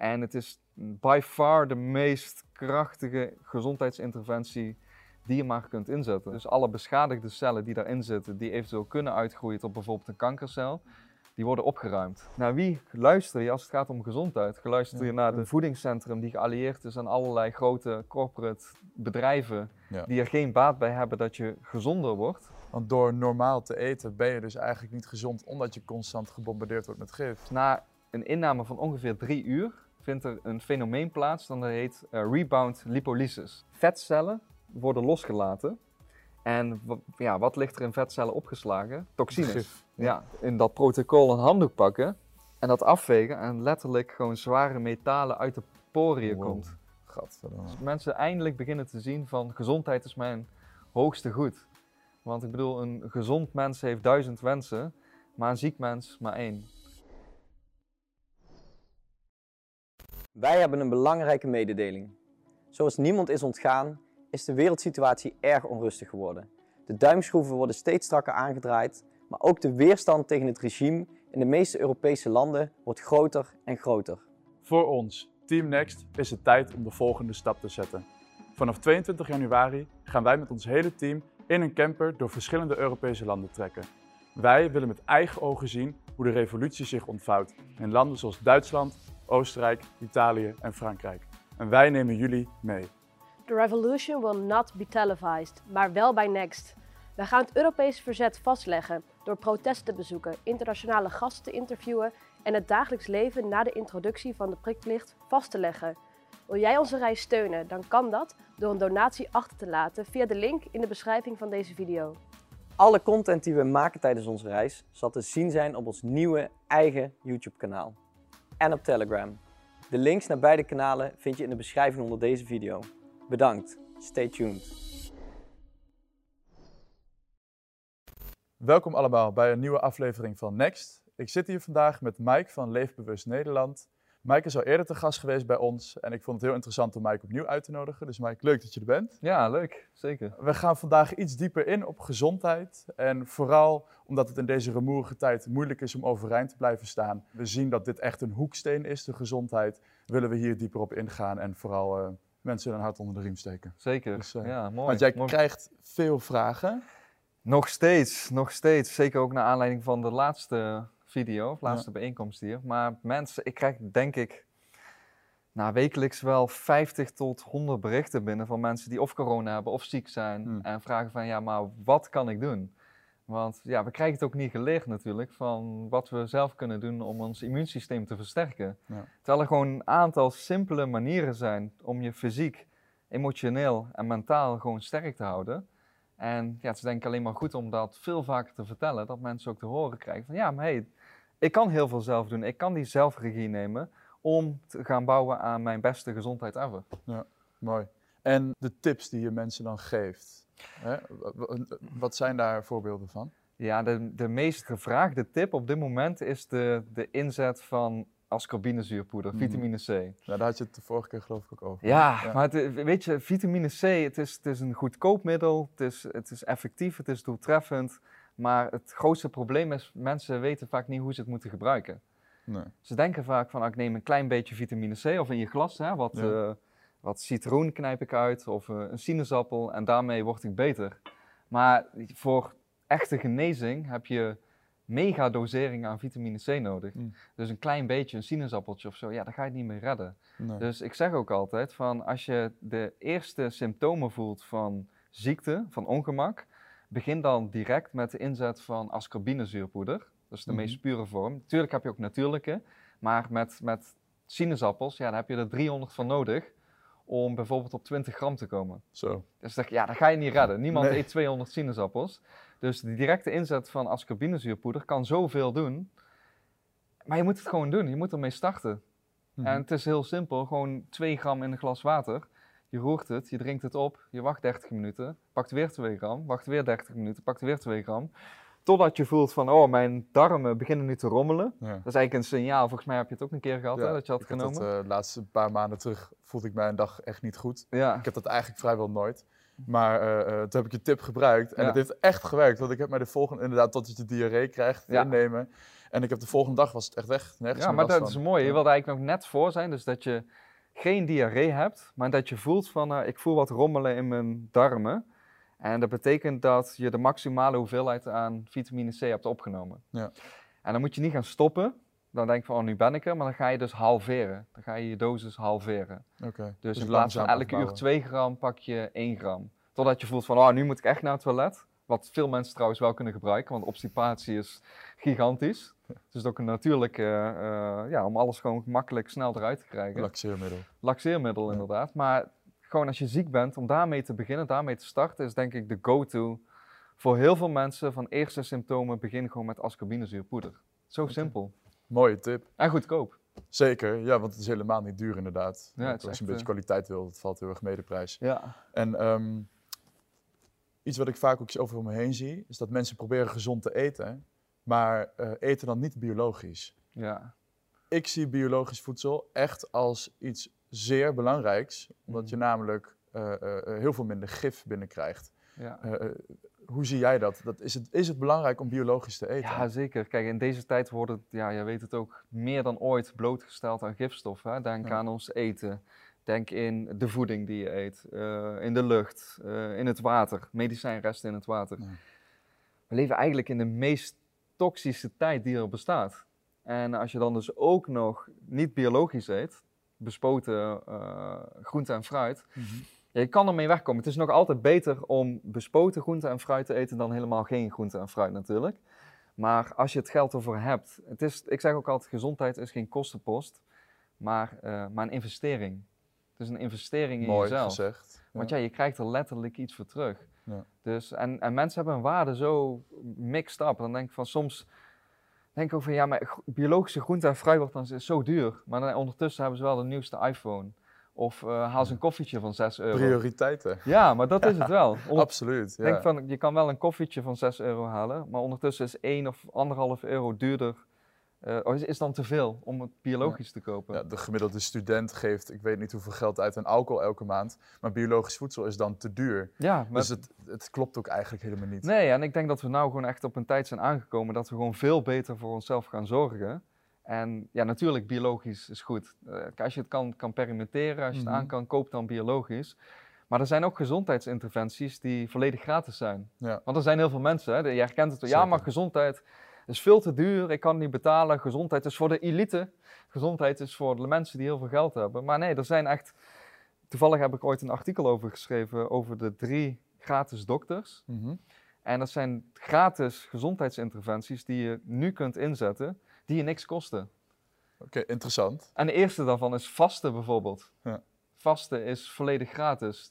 En het is by far de meest krachtige gezondheidsinterventie die je maar kunt inzetten. Dus alle beschadigde cellen die daarin zitten, die eventueel kunnen uitgroeien tot bijvoorbeeld een kankercel, die worden opgeruimd. Naar wie luister je als het gaat om gezondheid? Luister je naar de voedingscentrum die geallieerd is aan allerlei grote corporate bedrijven die er geen baat bij hebben dat je gezonder wordt? Want door normaal te eten ben je dus eigenlijk niet gezond omdat je constant gebombardeerd wordt met gif. Na een inname van ongeveer 3 uur vindt er een fenomeen plaats dat heet rebound lipolysis. Vetcellen worden losgelaten. En wat ligt er in vetcellen opgeslagen? Toxines. Gif. Ja, in dat protocol een handdoek pakken en dat afvegen en letterlijk gewoon zware metalen uit de poriën komt. Gadverdamme. Dus mensen eindelijk beginnen te zien van gezondheid is mijn hoogste goed. Want ik bedoel, een gezond mens heeft 1000 wensen, maar een ziek mens maar 1. Wij hebben een belangrijke mededeling. Zoals niemand is ontgaan, is de wereldsituatie erg onrustig geworden. De duimschroeven worden steeds strakker aangedraaid, maar ook de weerstand tegen het regime in de meeste Europese landen wordt groter en groter. Voor ons, Team Next, is het tijd om de volgende stap te zetten. Vanaf 22 januari gaan wij met ons hele team in een camper door verschillende Europese landen trekken. Wij willen met eigen ogen zien hoe de revolutie zich ontvouwt in landen zoals Duitsland, Oostenrijk, Italië en Frankrijk. En wij nemen jullie mee. The revolution will not be televised, maar wel bij Next. Wij gaan het Europese verzet vastleggen door protesten te bezoeken, internationale gasten te interviewen en het dagelijks leven na de introductie van de prikplicht vast te leggen. Wil jij onze reis steunen, dan kan dat door een donatie achter te laten via de link in de beschrijving van deze video. Alle content die we maken tijdens onze reis zal te zien zijn op ons nieuwe eigen YouTube-kanaal en op Telegram. De links naar beide kanalen vind je in de beschrijving onder deze video. Bedankt, stay tuned. Welkom allemaal bij een nieuwe aflevering van Next. Ik zit hier vandaag met Mike van Leefbewust Nederland. Mike is al eerder te gast geweest bij ons en ik vond het heel interessant om Mike opnieuw uit te nodigen. Dus Mike, leuk dat je er bent. Ja, leuk. Zeker. We gaan vandaag iets dieper in op gezondheid en vooral omdat het in deze rumoerige tijd moeilijk is om overeind te blijven staan. We zien dat dit echt een hoeksteen is, de gezondheid. Willen we hier dieper op ingaan en vooral mensen een hart onder de riem steken. Zeker. Dus, ja, mooi. Want jij mooi. krijgt veel vragen. Nog steeds. Zeker ook naar aanleiding van de laatste video, of laatste bijeenkomst hier. Maar mensen, ik krijg denk ik wekelijks wel 50 tot 100 berichten binnen van mensen die of corona hebben of ziek zijn. En vragen van ja, maar wat kan ik doen? Want ja, we krijgen het ook niet geleerd natuurlijk van wat we zelf kunnen doen om ons immuunsysteem te versterken. Ja. Terwijl er gewoon een aantal simpele manieren zijn om je fysiek, emotioneel en mentaal gewoon sterk te houden. En ja, het is denk ik alleen maar goed om dat veel vaker te vertellen, dat mensen ook te horen krijgen van ja, maar hey, ik kan heel veel zelf doen, ik kan die zelfregie nemen om te gaan bouwen aan mijn beste gezondheid ever. Ja, mooi. En de tips die je mensen dan geeft, hè? Wat zijn daar voorbeelden van? Ja, de meest gevraagde tip op dit moment is de inzet van ascorbinezuurpoeder, vitamine C. Ja, daar had je het de vorige keer geloof ik ook over. Ja. Maar weet je, vitamine C, het is een goedkoop middel, het is effectief, het is doeltreffend. Maar het grootste probleem is, mensen weten vaak niet hoe ze het moeten gebruiken. Nee. Ze denken vaak van, ik neem een klein beetje vitamine C of in je glas, hè, wat citroen knijp ik uit of een sinaasappel en daarmee word ik beter. Maar voor echte genezing heb je megadosering aan vitamine C nodig. Dus een klein beetje, een sinaasappeltje of zo, ja, daar ga je het niet mee redden. Nee. Dus ik zeg ook altijd van, als je de eerste symptomen voelt van ziekte, van ongemak, begin dan direct met de inzet van ascorbinezuurpoeder. Dat is de meest pure vorm. Natuurlijk heb je ook natuurlijke, maar met sinaasappels, ja, daar heb je er 300 van nodig om bijvoorbeeld op 20 gram te komen. Zo. Dus dat ga je niet redden. Niemand eet 200 sinaasappels. Dus de directe inzet van ascorbinezuurpoeder kan zoveel doen. Maar je moet het gewoon doen. Je moet ermee starten. En het is heel simpel. Gewoon 2 gram in een glas water. Je roert het, je drinkt het op, je wacht 30 minuten, pakt weer 2 gram, wacht weer 30 minuten, pakt weer 2 gram. Totdat je voelt van, oh, mijn darmen beginnen nu te rommelen. Ja. Dat is eigenlijk een signaal, volgens mij heb je het ook een keer gehad, hè, dat je had genomen. De laatste paar maanden terug voelde ik mij een dag echt niet goed. Ja. Ik heb dat eigenlijk vrijwel nooit. Maar toen heb ik je tip gebruikt en het heeft echt gewerkt. Want ik heb mij de volgende, inderdaad, tot je de diarree krijgt, innemen. En ik heb de volgende dag was het echt weg. Nergens Ja, meer maar last dat is van. mooi. Je Ja. wilt eigenlijk nog net voor zijn, dus dat je geen diarree hebt, maar dat je voelt van, ik voel wat rommelen in mijn darmen. En dat betekent dat je de maximale hoeveelheid aan vitamine C hebt opgenomen. Ja. En dan moet je niet gaan stoppen. Dan denk je van, nu ben ik er, maar dan ga je dus halveren. Dan ga je je dosis halveren. Oké. Dus in plaats van langzaam elke uur afbouwen. 2 gram, pak je 1 gram. Totdat je voelt van, nu moet ik echt naar het toilet. Wat veel mensen trouwens wel kunnen gebruiken, want obstipatie is gigantisch. Dus het is ook een natuurlijke, om alles gewoon makkelijk snel eruit te krijgen. Laxeermiddel. Laxeermiddel Ja. inderdaad. Maar gewoon als je ziek bent, om daarmee te beginnen, daarmee te starten, is denk ik de go-to voor heel veel mensen van eerste symptomen. Begin gewoon met ascorbinezuurpoeder. Zo simpel. Mooie tip. En goedkoop. Zeker, ja, want het is helemaal niet duur inderdaad. Ja, het is Als echt, je een beetje kwaliteit wil, het valt heel erg mee de prijs. Ja. En iets wat ik vaak ook over me heen zie, is dat mensen proberen gezond te eten, maar eten dan niet biologisch. Ja. Ik zie biologisch voedsel echt als iets zeer belangrijks, omdat je namelijk heel veel minder gif binnenkrijgt. Ja. Hoe zie jij dat? Is het belangrijk om biologisch te eten? Ja, zeker. Kijk, in deze tijd worden, jij weet het ook, meer dan ooit blootgesteld aan gifstoffen. Hè? Denk aan ons eten. Denk in de voeding die je eet, in de lucht, in het water, medicijnresten in het water. Ja. We leven eigenlijk in de meest toxische tijd die er bestaat. En als je dan dus ook nog niet biologisch eet, bespoten groente en fruit, ja, je kan ermee wegkomen. Het is nog altijd beter om bespoten groente en fruit te eten dan helemaal geen groente en fruit natuurlijk. Maar als je het geld ervoor hebt, ik zeg ook altijd, gezondheid is geen kostenpost, maar een investering. Het is een investering in Mooi jezelf. gezegd. Ja. Want je krijgt er letterlijk iets voor terug. Ja. Dus, en mensen hebben hun waarde zo mixed up. Dan denk ik van soms, denk ik ook van maar biologische groente en fruit wordt dan zo duur. Maar dan, ondertussen hebben ze wel de nieuwste iPhone. Of haal ze een koffietje van 6 euro. Prioriteiten. Ja, maar dat is het wel. Absoluut. Ja. Denk van, je kan wel een koffietje van 6 euro halen, maar ondertussen is 1 of 1,5 euro duurder. Is dan te veel om het biologisch te kopen. Ja, de gemiddelde student geeft, ik weet niet hoeveel geld uit aan alcohol elke maand, maar biologisch voedsel is dan te duur. Ja, Dus het klopt ook eigenlijk helemaal niet. Nee, en ik denk dat we nou gewoon echt op een tijd zijn aangekomen dat we gewoon veel beter voor onszelf gaan zorgen. En ja, natuurlijk, biologisch is goed. Als je het kan perimenteren, als je het aan kan, koop dan biologisch. Maar er zijn ook gezondheidsinterventies die volledig gratis zijn. Ja. Want er zijn heel veel mensen, hè, je herkent het wel. Ja, Zeker. maar gezondheid is veel te duur, ik kan het niet betalen. Gezondheid is voor de elite. Gezondheid is voor de mensen die heel veel geld hebben. Maar nee, er zijn echt... Toevallig heb ik ooit een artikel over geschreven over de 3 gratis dokters. Mhm. En dat zijn gratis gezondheidsinterventies die je nu kunt inzetten, die je niks kosten. Oké, interessant. En de eerste daarvan is vasten bijvoorbeeld. Ja. Vasten is volledig gratis.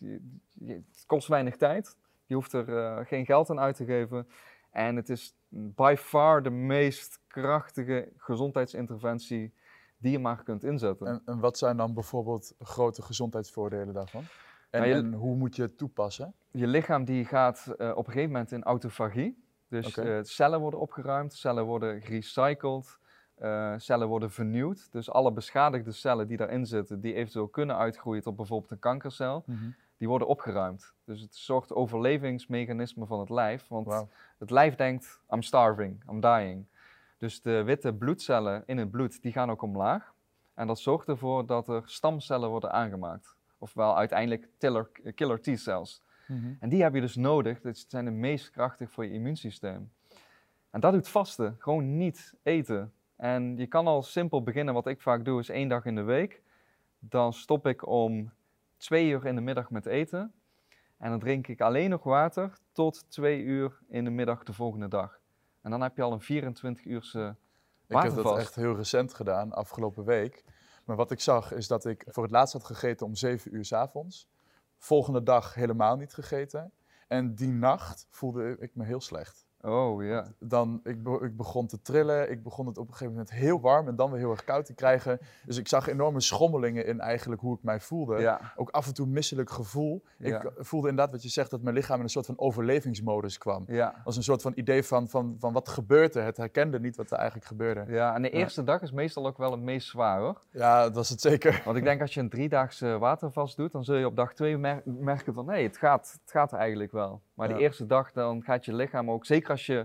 Het kost weinig tijd. Je hoeft er geen geld aan uit te geven. En het is by far de meest krachtige gezondheidsinterventie die je maar kunt inzetten. En wat zijn dan bijvoorbeeld grote gezondheidsvoordelen daarvan? En hoe moet je het toepassen? Je lichaam die gaat op een gegeven moment in autofagie. Dus cellen worden opgeruimd, cellen worden gerecycled, cellen worden vernieuwd. Dus alle beschadigde cellen die daarin zitten, die eventueel kunnen uitgroeien tot bijvoorbeeld een kankercel, die worden opgeruimd. Dus het is een soort overlevingsmechanisme van het lijf. Want het lijf denkt, I'm starving, I'm dying. Dus de witte bloedcellen in het bloed, die gaan ook omlaag. En dat zorgt ervoor dat er stamcellen worden aangemaakt. Ofwel uiteindelijk killer T-cells. En die heb je dus nodig. Dat zijn de meest krachtig voor je immuunsysteem. En dat doet vasten. Gewoon niet eten. En je kan al simpel beginnen. Wat ik vaak doe is 1 dag in de week. Dan stop ik om 2 uur in de middag met eten. En dan drink ik alleen nog water tot 2 uur in de middag de volgende dag. En dan heb je al een 24-uurse watervast. Ik heb dat echt heel recent gedaan, afgelopen week. Maar wat ik zag is dat ik voor het laatst had gegeten om 7 uur 's avonds. Volgende dag helemaal niet gegeten. En die nacht voelde ik me heel slecht. Oh ja. Ik begon te trillen, ik begon het op een gegeven moment heel warm en dan weer heel erg koud te krijgen. Dus ik zag enorme schommelingen in eigenlijk hoe ik mij voelde. Ja. Ook af en toe misselijk gevoel. Ja. Ik voelde inderdaad wat je zegt, dat mijn lichaam in een soort van overlevingsmodus kwam. Ja. Als een soort van idee van wat gebeurt er. Het herkende niet wat er eigenlijk gebeurde. Ja, en de eerste dag is meestal ook wel het meest zwaar hoor. Ja, dat was het zeker. Want ik denk als je een 3-daagse watervast doet, dan zul je op dag 2 merken van nee, het gaat er eigenlijk wel. Maar de eerste dag dan gaat je lichaam ook, zeker als je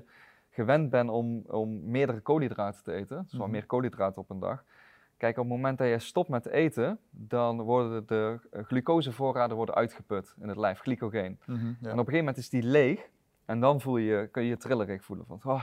gewend bent om meerdere koolhydraten te eten, dus wel meer koolhydraten op een dag. Kijk, op het moment dat je stopt met eten, dan worden de glucosevoorraden worden uitgeput in het lijf, glycogeen. Ja. En op een gegeven moment is die leeg en dan kun je je trillerig voelen van, oh,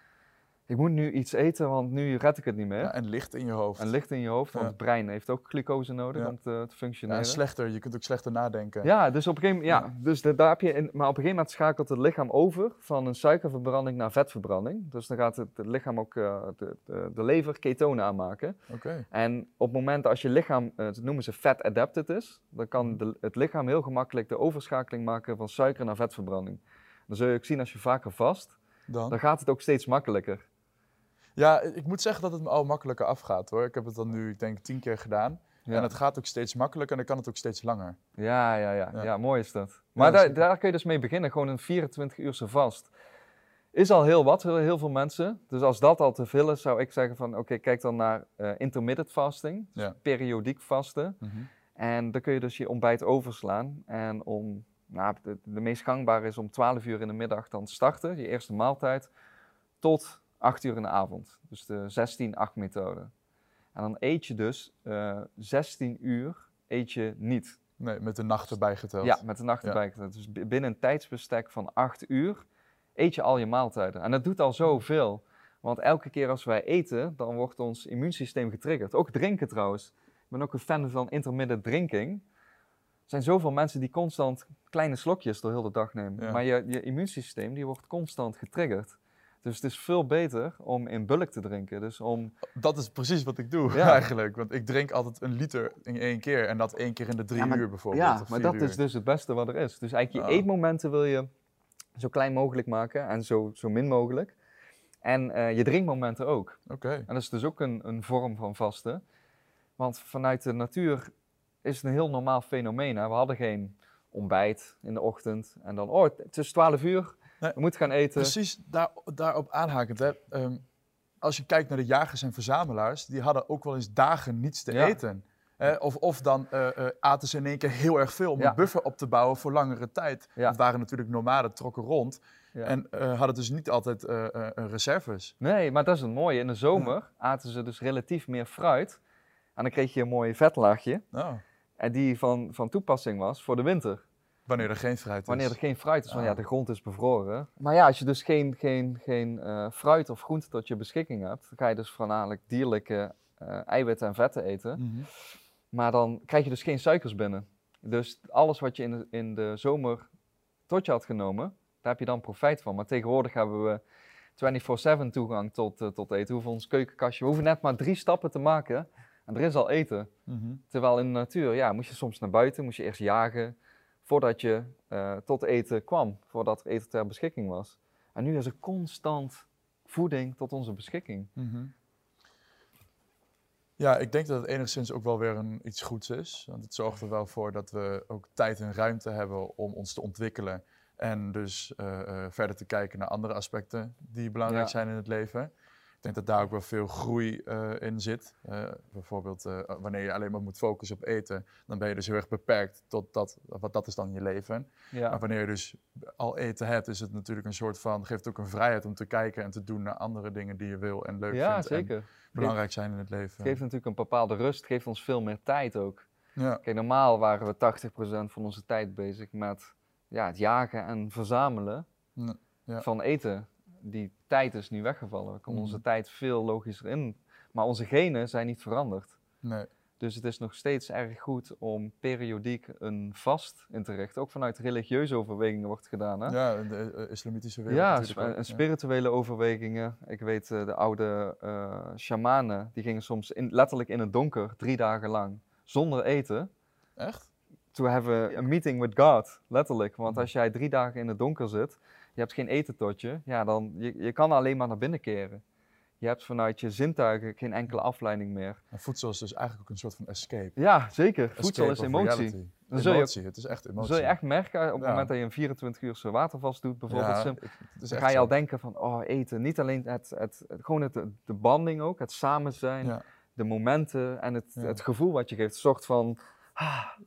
ik moet nu iets eten, want nu red ik het niet meer. Ja, en licht in je hoofd. En licht in je hoofd, want het brein heeft ook glucose nodig om te functioneren. Ja, en je kunt ook slechter nadenken. Ja, dus op een gegeven moment, dus daar heb je maar op een gegeven moment schakelt het lichaam over van een suikerverbranding naar vetverbranding. Dus dan gaat het lichaam ook de lever ketonen aanmaken. Okay. En op het moment als je lichaam, dat noemen ze fat adapted is, dan kan het lichaam heel gemakkelijk de overschakeling maken van suiker naar vetverbranding. Dan zul je ook zien als je vaker vast, dan gaat het ook steeds makkelijker. Ja, ik moet zeggen dat het me al makkelijker afgaat hoor. Ik heb het dan nu, ik denk 10 keer gedaan. Ja. En het gaat ook steeds makkelijker en dan kan het ook steeds langer. Ja, mooi is dat. Maar daar kun je dus mee beginnen, gewoon een 24-uurse vast. Is al heel wat, heel veel mensen. Dus als dat al te veel is, zou ik zeggen van oké, kijk dan naar intermittent fasting, dus periodiek vasten. En dan kun je dus je ontbijt overslaan. En de meest gangbare is om 12 uur in de middag dan starten, je eerste maaltijd, tot 8 uur in de avond. Dus de 16-8 methode. En dan eet je dus 16 uur eet je niet. Nee, met de nacht erbij geteld. Ja, met de nacht erbij geteld. Dus binnen een tijdsbestek van 8 uur eet je al je maaltijden. En dat doet al zoveel. Want elke keer als wij eten, dan wordt ons immuunsysteem getriggerd. Ook drinken trouwens. Ik ben ook een fan van intermittent drinking. Er zijn zoveel mensen die constant kleine slokjes door heel de dag nemen. Ja. Maar je immuunsysteem die wordt constant getriggerd. Dus het is veel beter om in bulk te drinken. Dus dat is precies wat ik doe eigenlijk. Want ik drink altijd 1 liter in 1 keer. En dat 1 keer in de 3 uur bijvoorbeeld. Ja, maar dat is dus het beste wat er is. Dus eigenlijk je eetmomenten wil je zo klein mogelijk maken en zo min mogelijk. En je drinkmomenten ook. Okay. En dat is dus ook een vorm van vasten. Want vanuit de natuur is het een heel normaal fenomeen. Hè? We hadden geen ontbijt in de ochtend. En dan, het is 12 uur. Nee, we moeten gaan eten. Precies, daarop aanhakend. Hè. Als je kijkt naar de jagers en verzamelaars, die hadden ook wel eens dagen niets te eten. Of dan aten ze in één keer heel erg veel om een buffer op te bouwen voor langere tijd. Het waren natuurlijk nomaden, trokken rond en hadden dus niet altijd reserves. Nee, maar dat is het mooie. In de zomer aten ze dus relatief meer fruit. En dan kreeg je een mooi vetlaagje. En die van toepassing was voor de winter. Wanneer er geen fruit is. Wanneer er geen fruit is, want de grond is bevroren. Maar ja, als je dus geen fruit of groente tot je beschikking hebt, dan ga je dus voornamelijk dierlijke eiwitten en vetten eten. Maar dan krijg je dus geen suikers binnen. Dus alles wat je in de zomer tot je had genomen, daar heb je dan profijt van. Maar tegenwoordig hebben we 24/7 toegang tot eten. We hoeven ons keukenkastje, we hoeven net maar 3 stappen te maken en er is al eten. Terwijl in de natuur, moest je soms naar buiten, moest je eerst jagen, voordat je tot eten kwam, voordat er eten ter beschikking was. En nu is er constant voeding tot onze beschikking. Ja, ik denk dat het enigszins ook wel weer iets goeds is. Want het zorgt er wel voor dat we ook tijd en ruimte hebben om ons te ontwikkelen. En dus verder te kijken naar andere aspecten die belangrijk zijn in het leven. Ik denk dat daar ook wel veel groei in zit. Bijvoorbeeld wanneer je alleen maar moet focussen op eten, dan ben je dus heel erg beperkt tot dat is dan je leven. Maar wanneer je dus al eten hebt, is het natuurlijk een soort van, geeft ook een vrijheid om te kijken en te doen naar andere dingen die je wil en leuk vindt. Ja, zeker. En belangrijk zijn in het leven. Het geeft natuurlijk een bepaalde rust, het geeft ons veel meer tijd ook. Ja. Kijk, normaal waren we 80% van onze tijd bezig met het jagen en verzamelen van eten. Die tijd is nu weggevallen. We komen onze tijd veel logischer in. Maar onze genen zijn niet veranderd. Nee. Dus het is nog steeds erg goed om periodiek een vast in te richten. Ook vanuit religieuze overwegingen wordt gedaan. Hè? Ja, de islamitische wereld. Ja, natuurlijk en spirituele overwegingen. Ik weet, de oude shamanen, die gingen soms letterlijk in het donker 3 dagen lang zonder eten. Echt? To have a meeting with God, letterlijk. Want als jij 3 dagen in het donker zit, je hebt geen eten tot je, dan je kan alleen maar naar binnen keren. Je hebt vanuit je zintuigen geen enkele afleiding meer. En voedsel is dus eigenlijk ook een soort van escape. Ja, zeker. Voedsel is emotie. Het is echt emotie. Dat zul je echt merken op het moment dat je een 24-uurse watervast doet, bijvoorbeeld. Dan ga je al denken van, eten. Niet alleen gewoon de banding ook, het samen zijn, de momenten en het gevoel wat je geeft. Een soort van...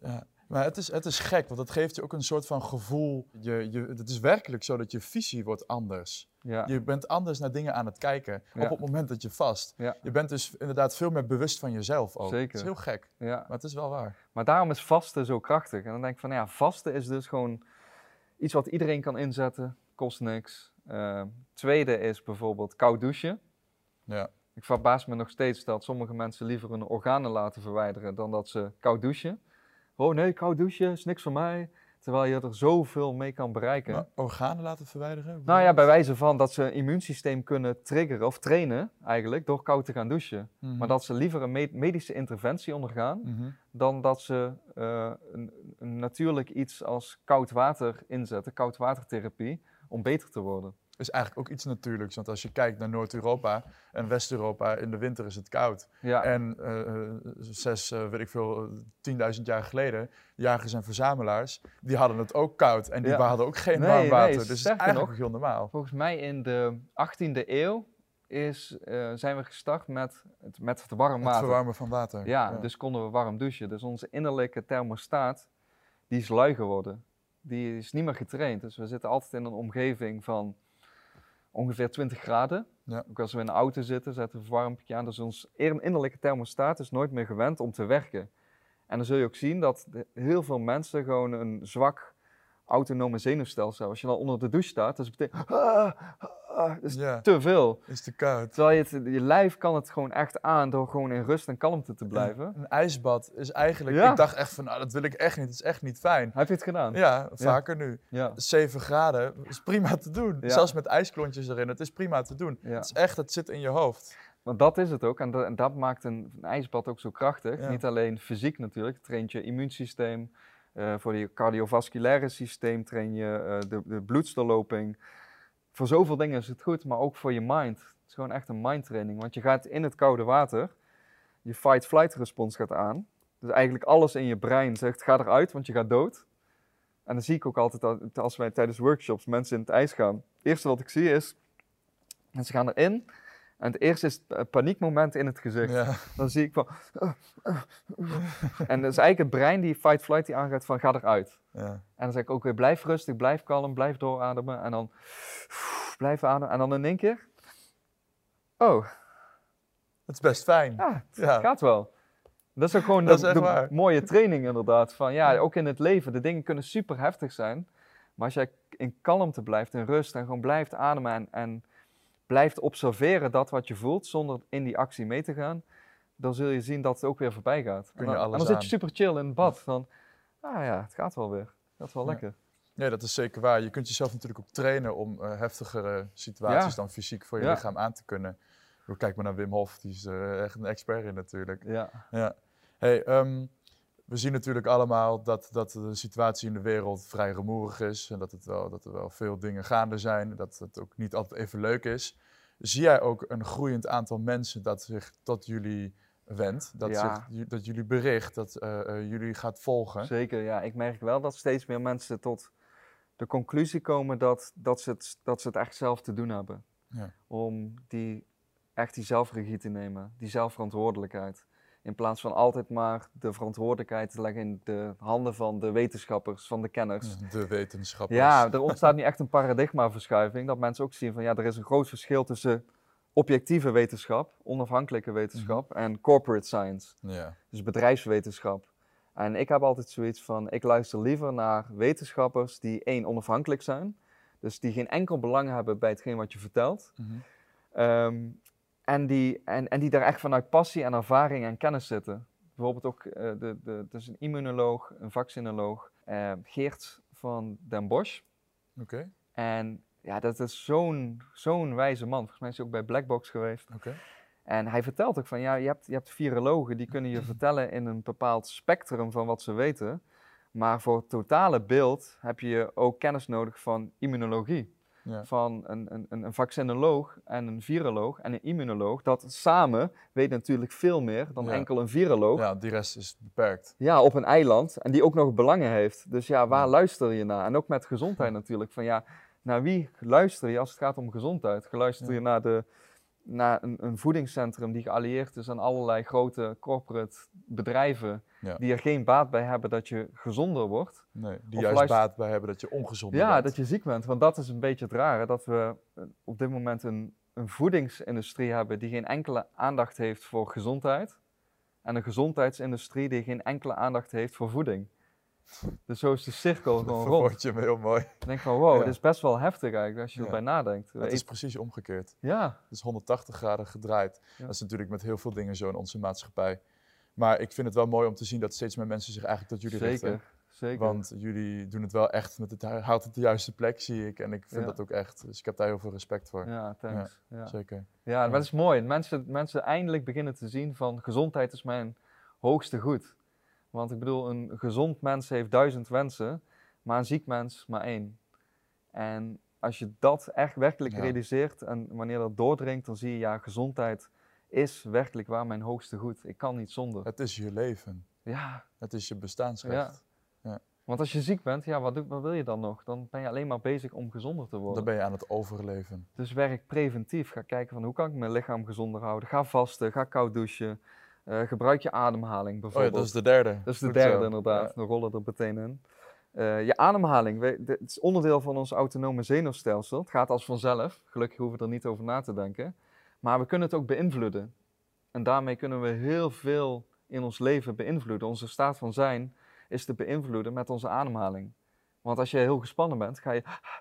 Maar het is gek, want het geeft je ook een soort van gevoel. Het is werkelijk zo dat je visie wordt anders. Ja. Je bent anders naar dingen aan het kijken op het moment dat je vast. Ja. Je bent dus inderdaad veel meer bewust van jezelf ook. Zeker. Het is heel gek, Ja. maar het is wel waar. Maar daarom is vasten zo krachtig. En dan denk ik van, ja, vasten is dus gewoon iets wat iedereen kan inzetten. Kost niks. Tweede is bijvoorbeeld koud douchen. Ja. Ik verbaas me nog steeds dat sommige mensen liever hun organen laten verwijderen dan dat ze koud douchen. Oh nee, koud douchen is niks voor mij. Terwijl je er zoveel mee kan bereiken. Maar organen laten verwijderen? Nou ja, bij wijze van dat ze een immuunsysteem kunnen triggeren of trainen eigenlijk door koud te gaan douchen. Mhm. Maar dat ze liever een medische interventie ondergaan Mhm. dan dat ze een natuurlijk iets als koud water inzetten, koudwatertherapie, om beter te worden. Is eigenlijk ook iets natuurlijks, want als je kijkt naar Noord-Europa en West-Europa, in de winter is het koud. Ja, En 10.000 jaar geleden, jagers en verzamelaars, die hadden het ook koud en die Ja. hadden ook geen Nee, warm water. nee, Dus het is sterker eigenlijk nog, ook heel normaal. volgens mij in de 18e eeuw zijn we gestart met het warm Het water. verwarmen van water. Ja, dus konden we warm douchen. Dus onze innerlijke thermostaat, die is lui geworden. Die is niet meer getraind. Dus we zitten altijd in een omgeving van ongeveer 20 graden. Ja. Ook als we in de auto zitten, zetten we een verwarmpje aan. Dus ons innerlijke thermostaat is nooit meer gewend om te werken. En dan zul je ook zien dat heel veel mensen gewoon een zwak autonome zenuwstelsel hebben. Als je dan onder de douche staat, dan is het meteen... dat is Ja, te veel. is te koud. Terwijl je lijf kan het gewoon echt aan door gewoon in rust en kalmte te blijven. Een ijsbad is eigenlijk, Ja. ik dacht echt van, nou dat wil ik echt niet, het is echt niet fijn. Heb je het gedaan? Ja, vaker nu. Ja. 7 graden is prima te doen. Ja. Zelfs met ijsklontjes erin, het is prima te doen. Ja. Het is echt, het zit in je hoofd. Want dat is het ook. En dat maakt een ijsbad ook zo krachtig. Ja. Niet alleen fysiek natuurlijk. Het traint je immuunsysteem. Voor je cardiovasculaire systeem train je de bloedstoloping. Voor zoveel dingen is het goed, maar ook voor je mind. Het is gewoon echt een mindtraining. Want je gaat in het koude water. Je fight-flight respons gaat aan. Dus eigenlijk alles in je brein zegt, ga eruit, want je gaat dood. En dan zie ik ook altijd, als wij tijdens workshops mensen in het ijs gaan. Het eerste wat ik zie is, ze gaan erin. En het eerste is het paniekmoment in het gezicht. Ja. Dan zie ik van... En dat is eigenlijk het brein die fight-flight die aangaat van ga eruit. Ja. En dan zeg ik ook weer blijf rustig, blijf kalm, blijf doorademen. En dan blijf ademen. En dan in één keer... Oh, Het is best fijn. ja, het Ja. gaat wel. Dat is ook gewoon Dat is echt de waar. mooie training inderdaad. Van ja, ook in het leven. De dingen kunnen super heftig zijn. Maar als jij in kalmte blijft, in rust en gewoon blijft ademen en blijft observeren dat wat je voelt zonder in die actie mee te gaan, dan zul je zien dat het ook weer voorbij gaat. Kun En je dan, alles en dan zit aan. je super chill in het bad. Van, ja, het gaat wel weer. Het gaat wel Ja. lekker. Nee, dat is zeker waar. Je kunt jezelf natuurlijk ook trainen om heftigere situaties Ja. dan fysiek voor je Ja. lichaam aan te kunnen. Kijk maar naar Wim Hof, die is er echt een expert in natuurlijk. Ja. Ja. Hey, we zien natuurlijk allemaal dat de situatie in de wereld vrij rumoerig is en dat er wel veel dingen gaande zijn, dat het ook niet altijd even leuk is. Zie jij ook een groeiend aantal mensen dat zich tot jullie wendt, dat jullie bericht, dat jullie gaat volgen? Zeker, ja. Ik merk wel dat steeds meer mensen tot de conclusie komen dat ze het echt zelf te doen hebben. Ja. Om die zelfregie te nemen, die zelfverantwoordelijkheid. In plaats van altijd maar de verantwoordelijkheid te leggen in de handen van de wetenschappers, van de kenners. De wetenschappers. Ja, er ontstaat nu echt een paradigmaverschuiving. Dat mensen ook zien van ja, er is een groot verschil tussen objectieve wetenschap, onafhankelijke wetenschap en corporate science. Ja. Dus bedrijfswetenschap. En ik heb altijd zoiets van, ik luister liever naar wetenschappers die onafhankelijk zijn. Dus die geen enkel belang hebben bij hetgeen wat je vertelt. Mhm. En die daar echt vanuit passie en ervaring en kennis zitten. Bijvoorbeeld ook, er is een immunoloog, een vaccinoloog, Geert van den Bosch. Oké. En ja, dat is zo'n wijze man. Volgens mij is hij ook bij Blackbox geweest. Oké. En hij vertelt ook van, ja, je hebt virologen die kunnen je vertellen in een bepaald spectrum van wat ze weten. Maar voor het totale beeld heb je ook kennis nodig van immunologie. Ja. Van een vaccinoloog en een viroloog en een immunoloog. Dat samen weet natuurlijk veel meer dan Ja. enkel een viroloog. Ja, die rest is beperkt. Ja, op een eiland en die ook nog belangen heeft. Dus ja, waar Ja. luister je naar? En ook met gezondheid natuurlijk. Van ja, naar wie luister je als het gaat om gezondheid? Luister je naar de naar een voedingscentrum die geallieerd is aan allerlei grote corporate bedrijven die er geen baat bij hebben dat je gezonder wordt. Nee, die juist baat bij hebben dat je ongezonder bent. Ja, dat je ziek bent, want dat is een beetje het rare, dat we op dit moment een voedingsindustrie hebben die geen enkele aandacht heeft voor gezondheid en een gezondheidsindustrie die geen enkele aandacht heeft voor voeding. Dus zo is de cirkel gewoon rond. Dat je me heel mooi. Ik denk van wow, dit is best wel heftig eigenlijk als je erbij nadenkt. Het is precies omgekeerd. Ja. Het is 180 graden gedraaid. Ja. Dat is natuurlijk met heel veel dingen zo in onze maatschappij. Maar ik vind het wel mooi om te zien dat steeds meer mensen zich eigenlijk tot jullie richten. Zeker. Want jullie doen het wel echt met het hart op de juiste plek, zie ik. En ik vind dat ook echt. Dus ik heb daar heel veel respect voor. Ja, thanks. Ja. Zeker. Ja, maar dat is mooi. Mensen eindelijk beginnen te zien van gezondheid is mijn hoogste goed. Want ik bedoel, een gezond mens heeft 1000 wensen, maar een ziek mens maar 1. En als je dat echt werkelijk realiseert en wanneer dat doordringt, dan zie je, ja, gezondheid is werkelijk waar mijn hoogste goed. Ik kan niet zonder. Het is je leven. Ja. Het is je bestaansrecht. Ja. Want als je ziek bent, ja, wat wil je dan nog? Dan ben je alleen maar bezig om gezonder te worden. Dan ben je aan het overleven. Dus werk preventief. Ga kijken van hoe kan ik mijn lichaam gezonder houden. Ga vasten, ga koud douchen. Gebruik je ademhaling bijvoorbeeld. Oh ja, dat is de derde. Dat is de derde inderdaad. Dan rollen er meteen in. Je ademhaling, het is onderdeel van ons autonome zenuwstelsel. Het gaat als vanzelf. Gelukkig hoeven we er niet over na te denken. Maar we kunnen het ook beïnvloeden. En daarmee kunnen we heel veel in ons leven beïnvloeden. Onze staat van zijn is te beïnvloeden met onze ademhaling. Want als je heel gespannen bent, ga je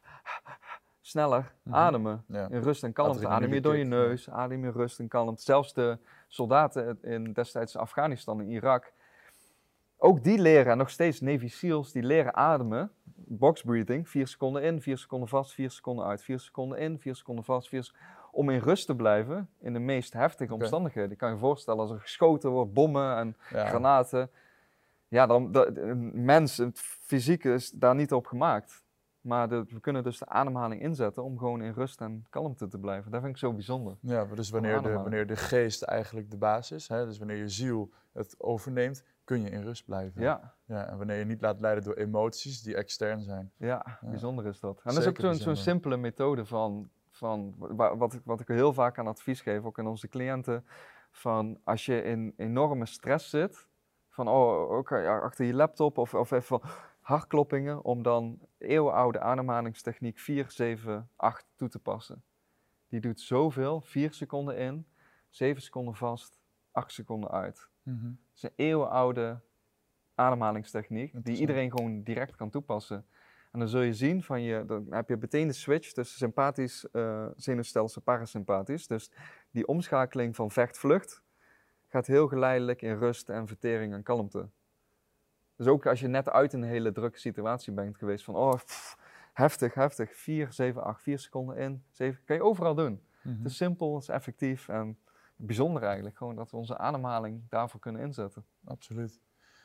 sneller ademen. Ja. In rust en kalmte. Adem je door je neus, adem je rust en kalmte. Zelfs de soldaten in destijds Afghanistan en Irak, ook die leren, en nog steeds Navy SEALs, die leren ademen. Box breathing, 4 seconden in, 4 seconden vast, 4 seconden uit. 4 seconden in, 4 seconden vast, om in rust te blijven in de meest heftige omstandigheden. Je kan je voorstellen als er geschoten wordt, bommen en granaten. Ja, een mens, het fysieke is daar niet op gemaakt. Maar we kunnen dus de ademhaling inzetten om gewoon in rust en kalmte te blijven. Dat vind ik zo bijzonder. Ja, dus wanneer de geest eigenlijk de baas is, hè, dus wanneer je ziel het overneemt, kun je in rust blijven. Ja. En wanneer je niet laat leiden door emoties die extern zijn. Ja, bijzonder is dat. En dat is ook zo'n simpele methode van wat ik heel vaak aan advies geef, ook aan onze cliënten. Van als je in enorme stress zit, van achter je laptop of even van hartkloppingen, om dan eeuwenoude ademhalingstechniek 4, 7, 8 toe te passen. Die doet zoveel, 4 seconden in, 7 seconden vast, 8 seconden uit. Het is een eeuwenoude ademhalingstechniek die iedereen gewoon direct kan toepassen. En dan zul je zien dan heb je meteen de switch tussen sympathisch zenuwstelsel, parasympathisch. Dus die omschakeling van vecht-vlucht gaat heel geleidelijk in rust en vertering en kalmte. Dus ook als je net uit een hele drukke situatie bent geweest van heftig, 4, 7, 8, 4 seconden in, 7, kan je overal doen. Het is simpel, het is effectief en bijzonder eigenlijk. Gewoon dat we onze ademhaling daarvoor kunnen inzetten. Absoluut.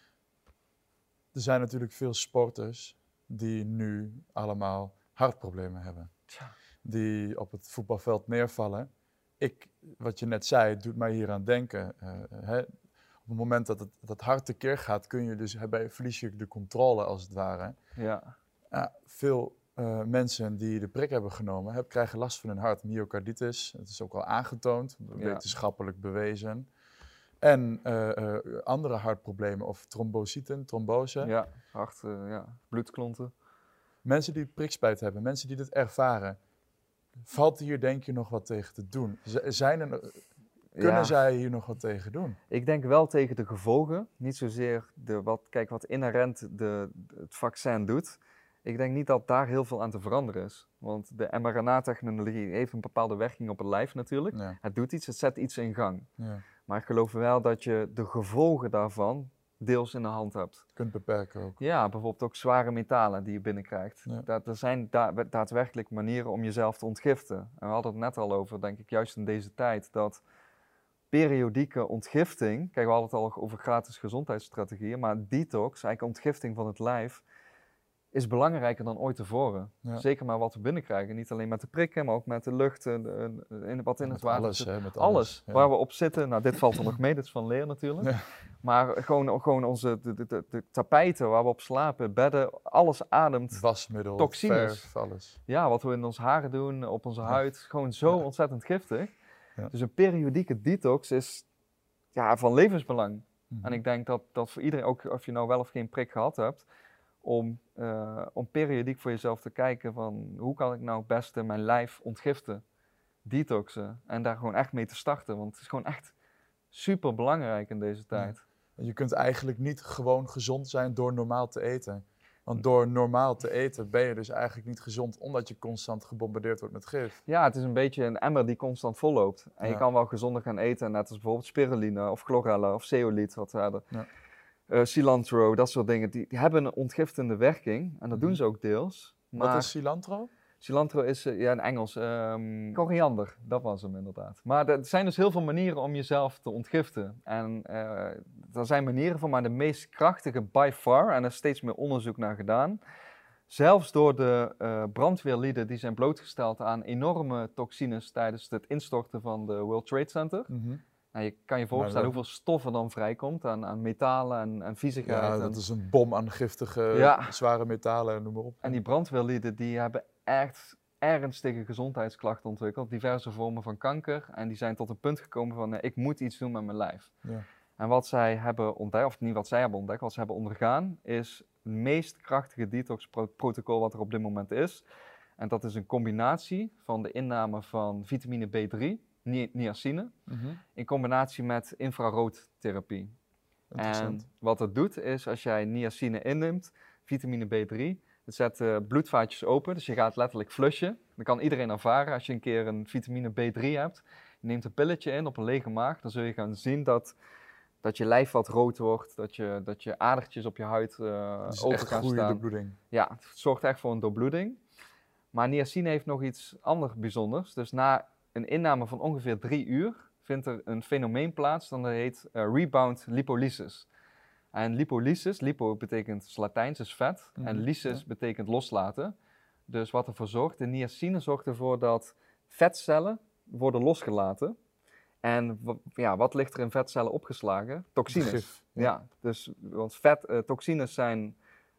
Er zijn natuurlijk veel sporters die nu allemaal hartproblemen hebben. Tja. Die op het voetbalveld neervallen. Wat je net zei, doet mij hier aan denken. Op het moment dat het hart tekeer gaat, verlies je de controle als het ware. Ja. Veel mensen die de prik hebben genomen, krijgen last van hun hart. Myocarditis, het is ook al aangetoond, wetenschappelijk bewezen. En andere hartproblemen of trombose. Ja, bloedklonten. Mensen die prikspijt hebben, mensen die dit ervaren. Valt hier denk je nog wat tegen te doen? Kunnen zij hier nog wat tegen doen? Ik denk wel tegen de gevolgen. Niet zozeer wat inherent het vaccin doet. Ik denk niet dat daar heel veel aan te veranderen is. Want de mRNA-technologie heeft een bepaalde werking op het lijf natuurlijk. Ja. Het doet iets, het zet iets in gang. Ja. Maar ik geloof wel dat je de gevolgen daarvan deels in de hand hebt. Kunt beperken ook. Ja, bijvoorbeeld ook zware metalen die je binnenkrijgt. Ja. Er zijn daadwerkelijk manieren om jezelf te ontgiften. En we hadden het net al over, denk ik, juist in deze tijd, dat periodieke ontgifting, kijk, we hadden het al over gratis gezondheidsstrategieën, maar detox, eigenlijk ontgifting van het lijf, is belangrijker dan ooit tevoren. Ja. Zeker maar wat we binnenkrijgen. Niet alleen met de prikken, maar ook met de lucht, wat in het water zit. Met alles waar we op zitten. Nou, dit valt er nog mee, dit is van leer natuurlijk. Ja. Maar gewoon onze de tapijten waar we op slapen, bedden, alles ademt wasmiddel, toxines. Verf, alles. Ja, wat we in ons haren doen, op onze huid. Gewoon zo ontzettend giftig. Ja. Dus een periodieke detox is van levensbelang. Mhm. En ik denk dat voor iedereen, ook of je nou wel of geen prik gehad hebt, om periodiek voor jezelf te kijken van hoe kan ik nou het beste mijn lijf ontgiften, detoxen en daar gewoon echt mee te starten. Want het is gewoon echt super belangrijk in deze tijd. Je kunt eigenlijk niet gewoon gezond zijn door normaal te eten. Want door normaal te eten ben je dus eigenlijk niet gezond, omdat je constant gebombardeerd wordt met gif. Ja, het is een beetje een emmer die constant volloopt. En je Ja. kan wel gezonder gaan eten, net als bijvoorbeeld spiruline of chlorella of zeoliet, wat we hadden. Ja. Cilantro, dat soort dingen, die hebben een ontgiftende werking. En dat doen ze ook deels. Maar Wat is cilantro? cilantro is in Engels koriander, dat was hem inderdaad. Maar er zijn dus heel veel manieren om jezelf te ontgiften. En er zijn manieren van, maar de meest krachtige by far, en er is steeds meer onderzoek naar gedaan, zelfs door de brandweerlieden die zijn blootgesteld aan enorme toxines tijdens het instorten van de World Trade Center. Nou, je kan je voorstellen hoeveel stoffen dan vrijkomt aan metalen en viezigheid. Ja, dat is een bom aan giftige, zware metalen en noem maar op. En die brandweerlieden die hebben echt ernstige gezondheidsklachten ontwikkeld, diverse vormen van kanker. En die zijn tot een punt gekomen van, ik moet iets doen met mijn lijf. Ja. En wat zij hebben ontdekt, of niet wat zij hebben ontdekt, wat ze hebben ondergaan, is het meest krachtige detox-protocol wat er op dit moment is. En dat is een combinatie van de inname van vitamine B3, niacine, in combinatie met infraroottherapie. En wat het doet is, als jij niacine inneemt, vitamine B3, het zet bloedvaatjes open, dus je gaat letterlijk flushen. Dat kan iedereen ervaren als je een keer een vitamine B3 hebt. Je neemt een pilletje in op een lege maag, dan zul je gaan zien dat je lijf wat rood wordt, dat je adertjes op je huid open gaan staan. Doorbloeding. Ja, het zorgt echt voor een doorbloeding. Maar niacine heeft nog iets anders bijzonders. Dus na een inname van ongeveer 3 uur vindt er een fenomeen plaats, dat heet rebound lipolysis. En lipolysis, lipo betekent Latijns, is vet, en lysis betekent loslaten. Dus wat ervoor zorgt, de niacine zorgt ervoor dat vetcellen worden losgelaten. En wat ligt er in vetcellen opgeslagen? Toxines. Gif, Want toxines zijn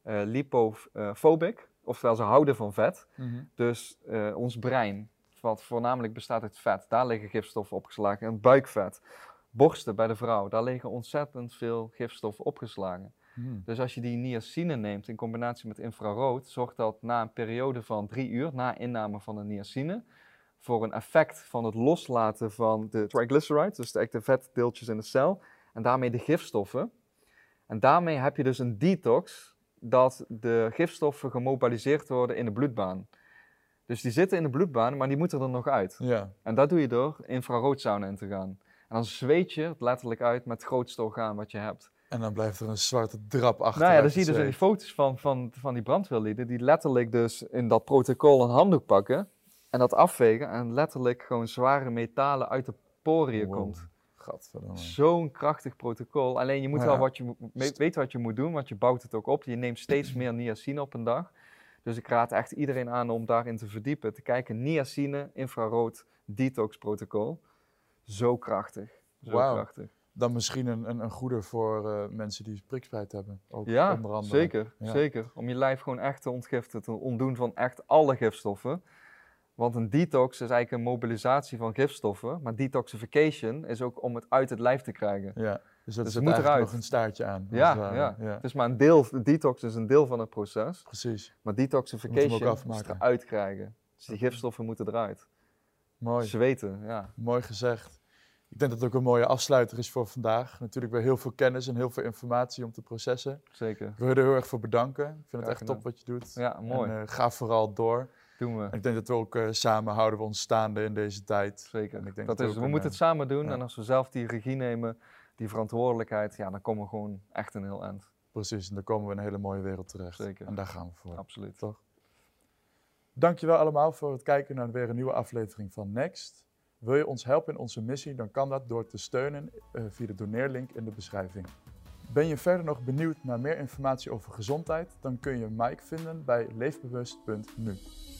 lipofobic, oftewel ze houden van vet. Dus ons brein, wat voornamelijk bestaat uit vet, daar liggen gifstoffen opgeslagen. En buikvet, borsten bij de vrouw, daar liggen ontzettend veel gifstoffen opgeslagen. Dus als je die niacine neemt in combinatie met infrarood, zorgt dat na een periode van 3 uur, na inname van de niacine, voor een effect van het loslaten van de triglycerides, dus de vetdeeltjes in de cel, en daarmee de gifstoffen. En daarmee heb je dus een detox, dat de gifstoffen gemobiliseerd worden in de bloedbaan. Dus die zitten in de bloedbaan, maar die moeten er nog uit. Ja. En dat doe je door infraroodsauna in te gaan. En dan zweet je het letterlijk uit met het grootste orgaan wat je hebt. En dan blijft er een zwarte drap achter. Nou ja, dan zie je dus in die foto's van die brandweerlieden, die letterlijk dus in dat protocol een handdoek pakken en dat afvegen en letterlijk gewoon zware metalen uit de poriën komt. Gadverdamme. Zo'n krachtig protocol. Alleen je moet wel weten wat je moet doen, want je bouwt het ook op. Je neemt steeds meer niacine op een dag. Dus ik raad echt iedereen aan om daarin te verdiepen. Te kijken, niacine, infrarood, detox protocol. Zo krachtig. Zo krachtig. Dan misschien een goede voor mensen die prikspijt hebben. Ook Ja, onder andere. zeker, zeker. Om je lijf gewoon echt te ontgiften, te ontdoen van echt alle gifstoffen. Want een detox is eigenlijk een mobilisatie van gifstoffen. Maar detoxification is ook om het uit het lijf te krijgen. Ja, dus dat Dus zit het moet eigenlijk eruit. nog een staartje aan. Ja. Het is maar een deel, de detox is een deel van het proces. Precies. Maar Je detoxification moet hem ook is afmaken. eruit krijgen. Dus die gifstoffen moeten eruit. Mooi. Zweten, ja. Mooi gezegd. Ik denk dat het ook een mooie afsluiter is voor vandaag. Natuurlijk weer heel veel kennis en heel veel informatie om te processen. Zeker. Ik wil je er heel erg voor bedanken. Ik vind het echt gedaan. top wat je doet. Ja, mooi. En ga vooral door. Doen we. En ik denk dat we ook samen houden we ons staande in deze tijd. Zeker. En ik denk Dat dat is, ook we een, moeten het samen doen. ja. En als we zelf die regie nemen, die verantwoordelijkheid, ja, dan komen we gewoon echt een heel eind. Precies, en dan komen we in een hele mooie wereld terecht. Zeker. En daar gaan we voor. Absoluut. Toch? Dankjewel allemaal voor het kijken naar weer een nieuwe aflevering van Next. Wil je ons helpen in onze missie, dan kan dat door te steunen via de doneerlink in de beschrijving. Ben je verder nog benieuwd naar meer informatie over gezondheid? Dan kun je Mike vinden bij leefbewust.nu.